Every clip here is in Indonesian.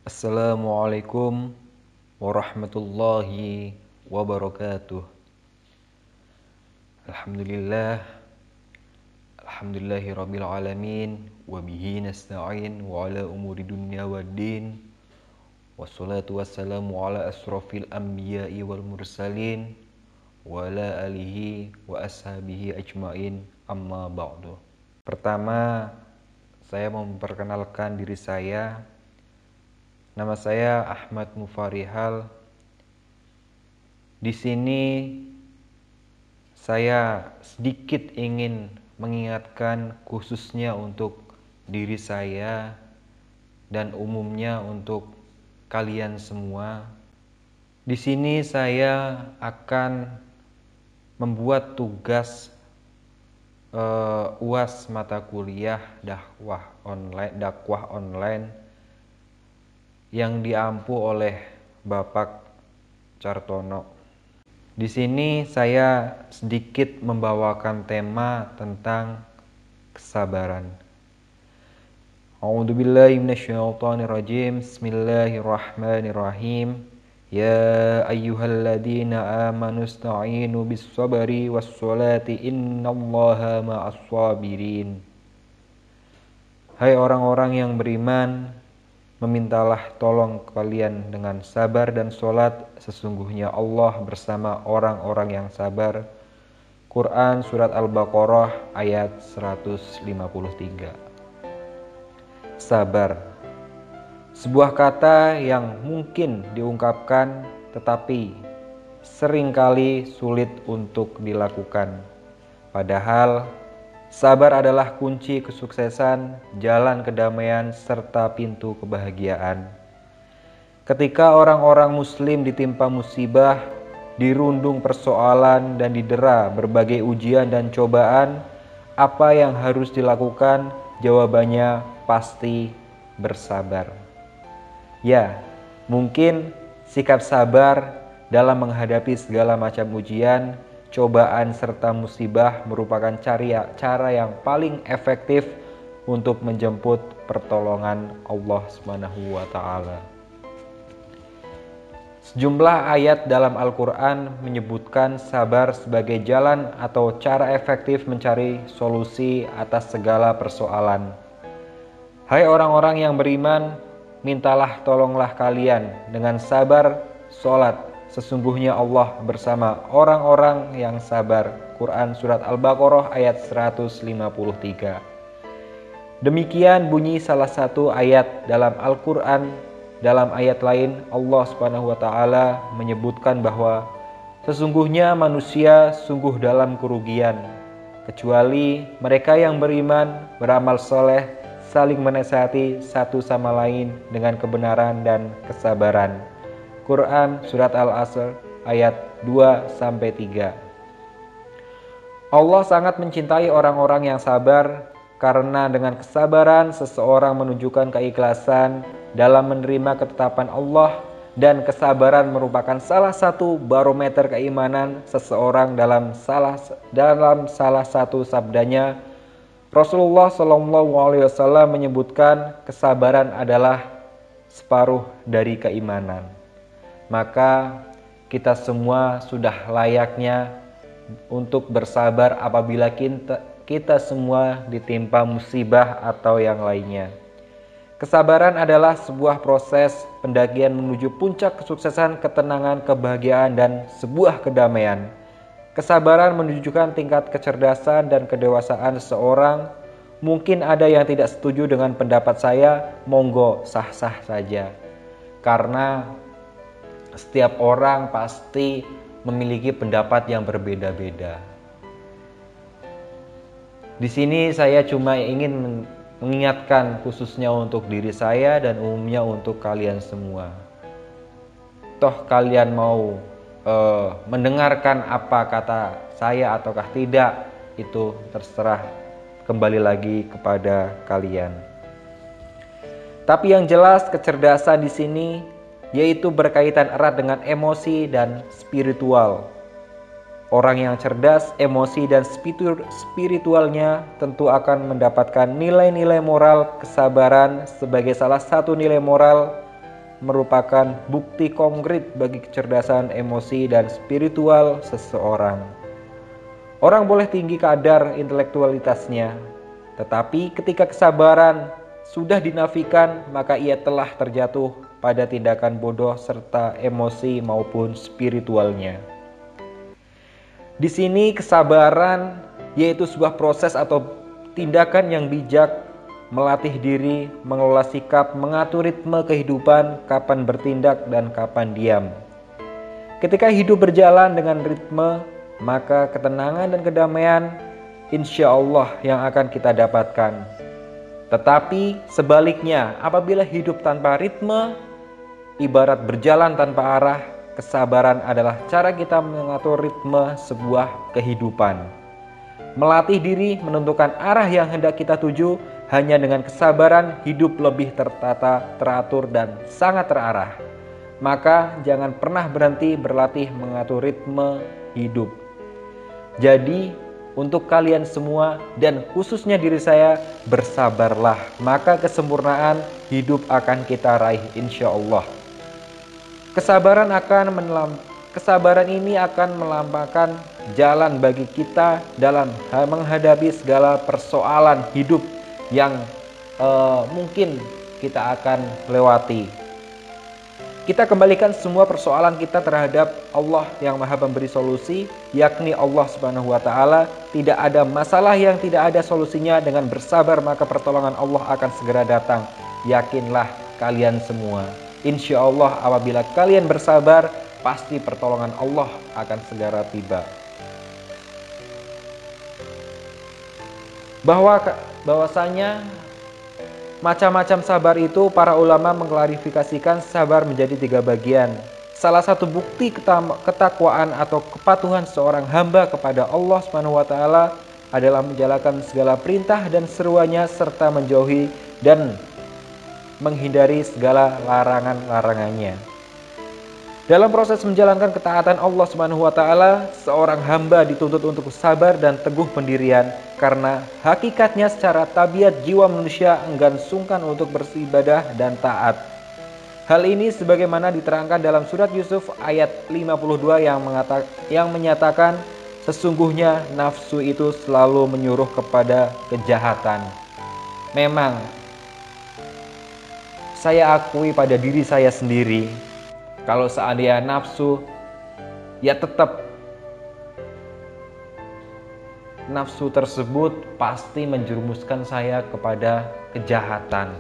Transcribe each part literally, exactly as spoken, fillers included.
Assalamualaikum warahmatullahi wabarakatuh. Alhamdulillah, alhamdulillahi rabbil alamin, wa bihi nasta'in wa ala umuri dunya waddin. Wassalatu wassalamu ala asrafil anbiya'i wal mursalin wa ala alihi wa ashabihi ajmain, amma ba'du. Pertama, saya mau memperkenalkan diri saya. Nama saya Ahmad Mufarihal. Di sini saya sedikit ingin mengingatkan khususnya untuk diri saya dan umumnya untuk kalian semua. Di sini saya akan membuat tugas uh, U A S mata kuliah dakwah online, dakwah online yang diampu oleh Bapak Cartono. Di sini saya sedikit membawakan tema tentang kesabaran. A'udzubillahi minasyaitonirrajim. Bismillahirrahmanirrahim. Ya ayyuhalladzina amanu ista'inu bis-sabri was-sholati innallaha ma'as sabirin. Hai orang-orang yang beriman, memintalah tolong kalian dengan sabar dan sholat, sesungguhnya Allah bersama orang-orang yang sabar. Quran Surat Al-Baqarah ayat seratus lima puluh tiga. Sabar, sebuah kata yang mungkin diungkapkan tetapi seringkali sulit untuk dilakukan. Padahal sabar adalah kunci kesuksesan, jalan kedamaian, serta pintu kebahagiaan. Ketika orang-orang muslim ditimpa musibah, dirundung persoalan dan didera berbagai ujian dan cobaan, apa yang harus dilakukan? Jawabannya pasti bersabar. Ya, mungkin sikap sabar dalam menghadapi segala macam ujian, cobaan serta musibah merupakan cara yang paling efektif untuk menjemput pertolongan Allah Subhanahu wa taala. Sejumlah ayat dalam Al-Qur'an menyebutkan sabar sebagai jalan atau cara efektif mencari solusi atas segala persoalan. Hai orang-orang yang beriman, mintalah tolonglah kalian dengan sabar, sholat, sesungguhnya Allah bersama orang-orang yang sabar. Quran Surat Al-Baqarah ayat seratus lima puluh tiga. Demikian bunyi salah satu ayat dalam Al-Quran. Dalam ayat lain Allah Subhanahu wa taala menyebutkan bahwa sesungguhnya manusia sungguh dalam kerugian, kecuali mereka yang beriman, beramal soleh, saling menasihati satu sama lain dengan kebenaran dan kesabaran. Quran Surat Al-Asr ayat dua sampai tiga. Allah sangat mencintai orang-orang yang sabar, karena dengan kesabaran seseorang menunjukkan keikhlasan dalam menerima ketetapan Allah, dan kesabaran merupakan salah satu barometer keimanan seseorang. Dalam salah dalam salah satu sabdanya, Rasulullah shallallahu alaihi wasallam menyebutkan kesabaran adalah separuh dari keimanan. Maka kita semua sudah layaknya untuk bersabar apabila kita, kita semua ditimpa musibah atau yang lainnya. Kesabaran adalah sebuah proses pendakian menuju puncak kesuksesan, ketenangan, kebahagiaan, dan sebuah kedamaian. Kesabaran menunjukkan tingkat kecerdasan dan kedewasaan seseorang. Mungkin ada yang tidak setuju dengan pendapat saya, monggo, sah-sah saja. Karena setiap orang pasti memiliki pendapat yang berbeda-beda. Di sini saya cuma ingin mengingatkan khususnya untuk diri saya dan umumnya untuk kalian semua. Toh kalian mau uh, mendengarkan apa kata saya ataukah tidak, itu terserah, kembali lagi kepada kalian. Tapi yang jelas kecerdasan di sini yaitu berkaitan erat dengan emosi dan spiritual. Orang yang cerdas, emosi dan spiritualnya tentu akan mendapatkan nilai-nilai moral kesabaran sebagai salah satu nilai moral merupakan bukti konkret bagi kecerdasan emosi dan spiritual seseorang. Orang boleh tinggi kadar intelektualitasnya, tetapi ketika kesabaran sudah dinafikan, maka ia telah terjatuh pada tindakan bodoh serta emosi maupun spiritualnya. Di sini kesabaran yaitu sebuah proses atau tindakan yang bijak, melatih diri, mengelola sikap, mengatur ritme kehidupan, kapan bertindak dan kapan diam. Ketika hidup berjalan dengan ritme, maka ketenangan dan kedamaian insya Allah yang akan kita dapatkan. Tetapi sebaliknya, apabila hidup tanpa ritme, ibarat berjalan tanpa arah, kesabaran adalah cara kita mengatur ritme sebuah kehidupan. Melatih diri menentukan arah yang hendak kita tuju. Hanya dengan kesabaran hidup lebih tertata, teratur, dan sangat terarah. Maka jangan pernah berhenti berlatih mengatur ritme hidup. Jadi untuk kalian semua dan khususnya diri saya, bersabarlah. Maka kesempurnaan hidup akan kita raih insya Allah. Kesabaran akan menelam, kesabaran ini akan melampaukan jalan bagi kita dalam menghadapi segala persoalan hidup yang uh, mungkin kita akan lewati. Kita kembalikan semua persoalan kita terhadap Allah yang Maha Pemberi solusi, yakni Allah Subhanahu wa taala. Tidak ada masalah yang tidak ada solusinya. Dengan bersabar maka pertolongan Allah akan segera datang. Yakinlah kalian semua. Insya Allah apabila kalian bersabar, pasti pertolongan Allah akan segera tiba. Bahwa bahwasanya macam-macam sabar itu para ulama mengklarifikasikan sabar menjadi tiga bagian. Salah satu bukti ketakwaan atau kepatuhan seorang hamba kepada Allah Subhanahu wa taala adalah menjalankan segala perintah dan seruannya serta menjauhi dan menghindari segala larangan-larangannya. Dalam proses menjalankan ketaatan Allah Subhanahu wa taala, seorang hamba dituntut untuk sabar dan teguh pendirian karena hakikatnya secara tabiat jiwa manusia enggan sungkan untuk beribadah dan taat. Hal ini sebagaimana diterangkan dalam surat Yusuf ayat lima puluh dua yang mengatakan yang menyatakan sesungguhnya nafsu itu selalu menyuruh kepada kejahatan. Memang saya akui pada diri saya sendiri, kalau seandainya nafsu, ya tetap nafsu tersebut pasti menjerumuskan saya kepada kejahatan.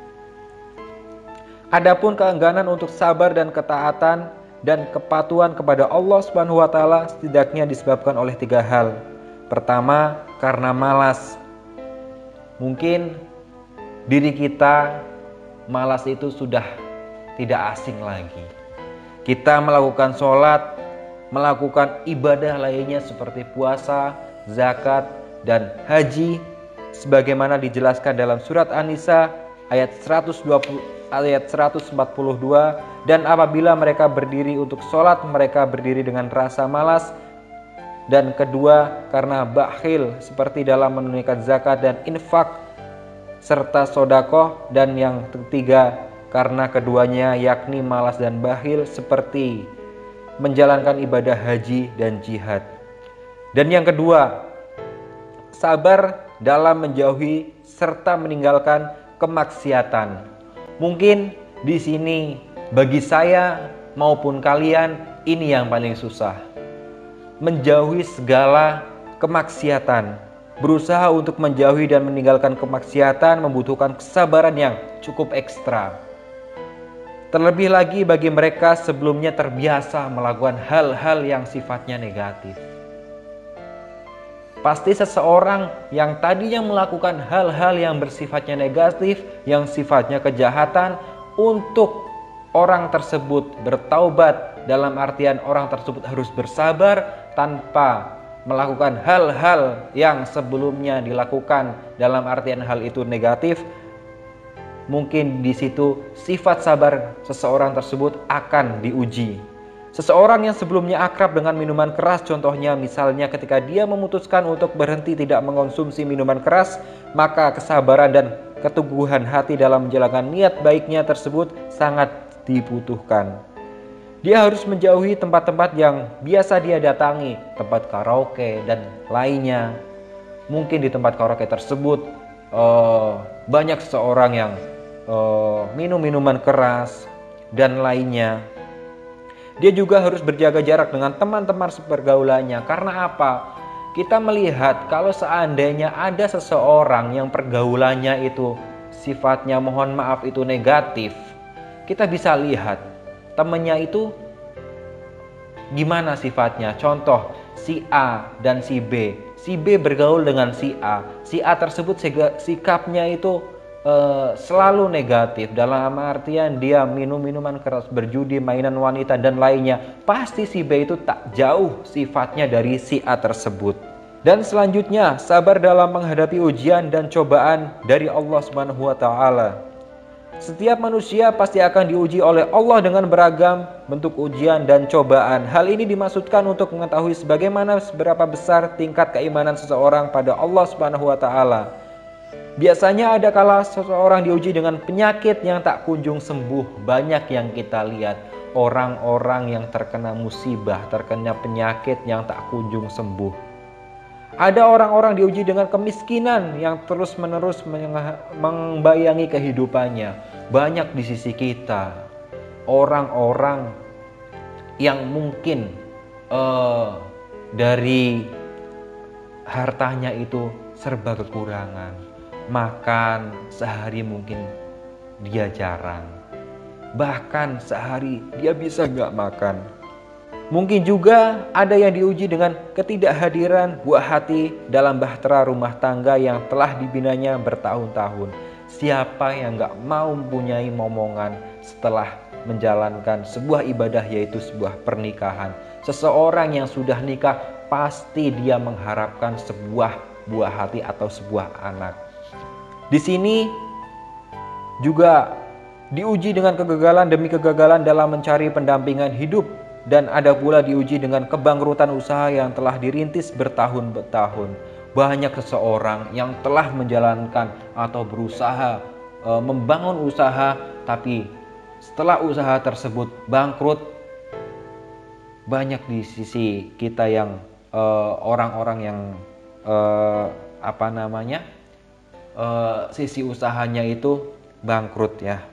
Adapun keengganan untuk sabar dan ketaatan dan kepatuhan kepada Allah Subhanahu wa taala setidaknya disebabkan oleh tiga hal. Pertama, karena malas. Mungkin diri kita malas itu sudah tidak asing lagi. Kita melakukan sholat, melakukan ibadah lainnya seperti puasa, zakat, dan haji sebagaimana dijelaskan dalam surat An-Nisa ayat seratus dua puluh, ayat seratus empat puluh dua. Dan apabila mereka berdiri untuk sholat, mereka berdiri dengan rasa malas. Dan kedua, karena bakhil seperti dalam menunaikan zakat dan infak serta sodakoh. Dan yang ketiga, karena keduanya yakni malas dan bakhil seperti menjalankan ibadah haji dan jihad. Dan yang kedua, sabar dalam menjauhi serta meninggalkan kemaksiatan. Mungkin di sini bagi saya maupun kalian ini yang paling susah. Menjauhi segala kemaksiatan. Berusaha untuk menjauhi dan meninggalkan kemaksiatan membutuhkan kesabaran yang cukup ekstra. Terlebih lagi bagi mereka sebelumnya terbiasa melakukan hal-hal yang sifatnya negatif. Pasti seseorang yang tadinya melakukan hal-hal yang bersifatnya negatif, yang sifatnya kejahatan, untuk orang tersebut bertaubat, dalam artian orang tersebut harus bersabar tanpa melakukan hal-hal yang sebelumnya dilakukan, dalam artian hal itu negatif. Mungkin di situ sifat sabar seseorang tersebut akan diuji. Seseorang yang sebelumnya akrab dengan minuman keras, contohnya misalnya ketika dia memutuskan untuk berhenti tidak mengonsumsi minuman keras, maka kesabaran dan keteguhan hati dalam menjalankan niat baiknya tersebut sangat dibutuhkan. Dia harus menjauhi tempat-tempat yang biasa dia datangi, tempat karaoke dan lainnya. Mungkin di tempat karaoke tersebut uh, banyak seseorang yang uh, minum minuman keras dan lainnya. Dia juga harus berjaga jarak dengan teman-teman sepergaulannya. Karena apa? Kita melihat kalau seandainya ada seseorang yang pergaulannya itu sifatnya mohon maaf itu negatif, kita bisa lihat temannya itu gimana sifatnya. Contoh, si A dan si B. Si B bergaul dengan si A. Si A tersebut sikapnya itu Uh, selalu negatif, dalam artian dia minum minuman keras, berjudi, mainan wanita dan lainnya. Pasti si B itu tak jauh sifatnya dari si A tersebut. Dan selanjutnya, sabar dalam menghadapi ujian dan cobaan dari Allah Subhanahu wa taala. Setiap manusia pasti akan diuji oleh Allah dengan beragam bentuk ujian dan cobaan. Hal ini dimaksudkan untuk mengetahui sebagaimana seberapa besar tingkat keimanan seseorang pada Allah Subhanahu wa taala. Biasanya ada kala seseorang diuji dengan penyakit yang tak kunjung sembuh. Banyak yang kita lihat orang-orang yang terkena musibah, terkena penyakit yang tak kunjung sembuh. Ada orang-orang diuji dengan kemiskinan yang terus-menerus membayangi kehidupannya. Banyak di sisi kita orang-orang yang mungkin uh, dari hartanya itu serba kekurangan. Makan sehari mungkin dia jarang, bahkan sehari dia bisa gak makan. Mungkin juga ada yang diuji dengan ketidakhadiran buah hati dalam bahtera rumah tangga yang telah dibinanya bertahun-tahun. Siapa yang gak mau mempunyai momongan setelah menjalankan sebuah ibadah, yaitu sebuah pernikahan. Seseorang yang sudah nikah pasti dia mengharapkan sebuah buah hati atau sebuah anak. Di sini juga diuji dengan kegagalan demi kegagalan dalam mencari pendampingan hidup, dan ada pula diuji dengan kebangkrutan usaha yang telah dirintis bertahun-tahun. Banyak seseorang yang telah menjalankan atau berusaha e, membangun usaha, tapi setelah usaha tersebut bangkrut. Banyak di sisi kita yang e, orang-orang yang e, apa namanya Uh, sisi usahanya itu bangkrut ya.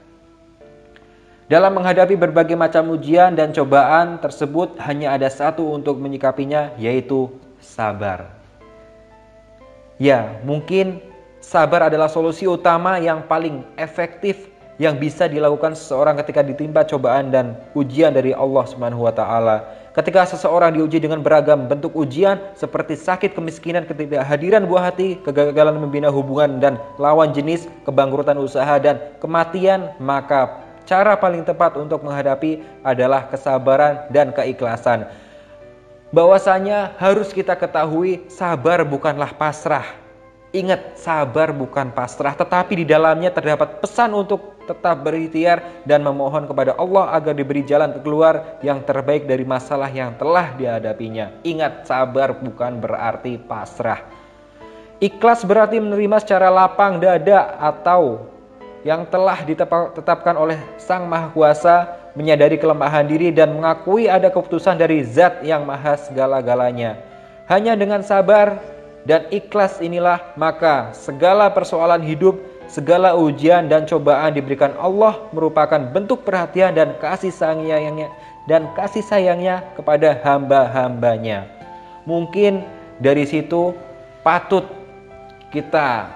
Dalam menghadapi berbagai macam ujian dan cobaan tersebut, hanya ada satu untuk menyikapinya, yaitu sabar. Ya, mungkin sabar adalah solusi utama yang paling efektif yang bisa dilakukan seseorang ketika ditimpa cobaan dan ujian dari Allah Subhanahu wa taala. Ketika seseorang diuji dengan beragam bentuk ujian seperti sakit, kemiskinan, ketidakhadiran buah hati, kegagalan membina hubungan dan lawan jenis, kebangkrutan usaha dan kematian, maka cara paling tepat untuk menghadapi adalah kesabaran dan keikhlasan. Bahwasanya harus kita ketahui, sabar bukanlah pasrah. Ingat, sabar bukan pasrah, tetapi di dalamnya terdapat pesan untuk tetap berikhtiar dan memohon kepada Allah agar diberi jalan keluar yang terbaik dari masalah yang telah dihadapinya. Ingat, sabar bukan berarti pasrah. Ikhlas berarti menerima secara lapang dada atau yang telah ditetapkan oleh Sang Maha Kuasa, menyadari kelemahan diri dan mengakui ada keputusan dari Zat yang Maha segala-galanya. Hanya dengan sabar dan ikhlas inilah maka segala persoalan hidup, segala ujian dan cobaan diberikan Allah merupakan bentuk perhatian dan kasih sayangnya dan kasih sayangnya kepada hamba-hambanya. Mungkin dari situ patut kita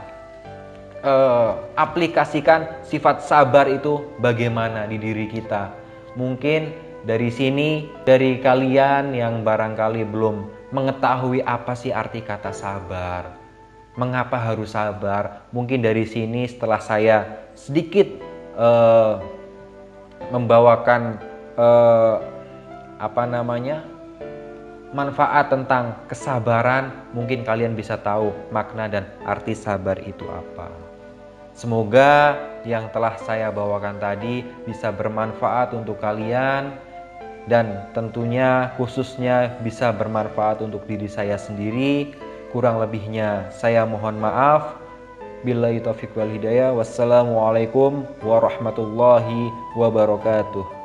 uh, aplikasikan sifat sabar itu bagaimana di diri kita. Mungkin dari sini, dari kalian yang barangkali belum mengetahui apa sih arti kata sabar, mengapa harus sabar, mungkin dari sini setelah saya sedikit uh, membawakan uh, apa namanya manfaat tentang kesabaran, mungkin kalian bisa tahu makna dan arti sabar itu apa. Semoga yang telah saya bawakan tadi bisa bermanfaat untuk kalian, dan tentunya khususnya bisa bermanfaat untuk diri saya sendiri. Kurang lebihnya saya mohon maaf. Billahi taufiq wal hidayah. Wassalamualaikum warahmatullahi wabarakatuh.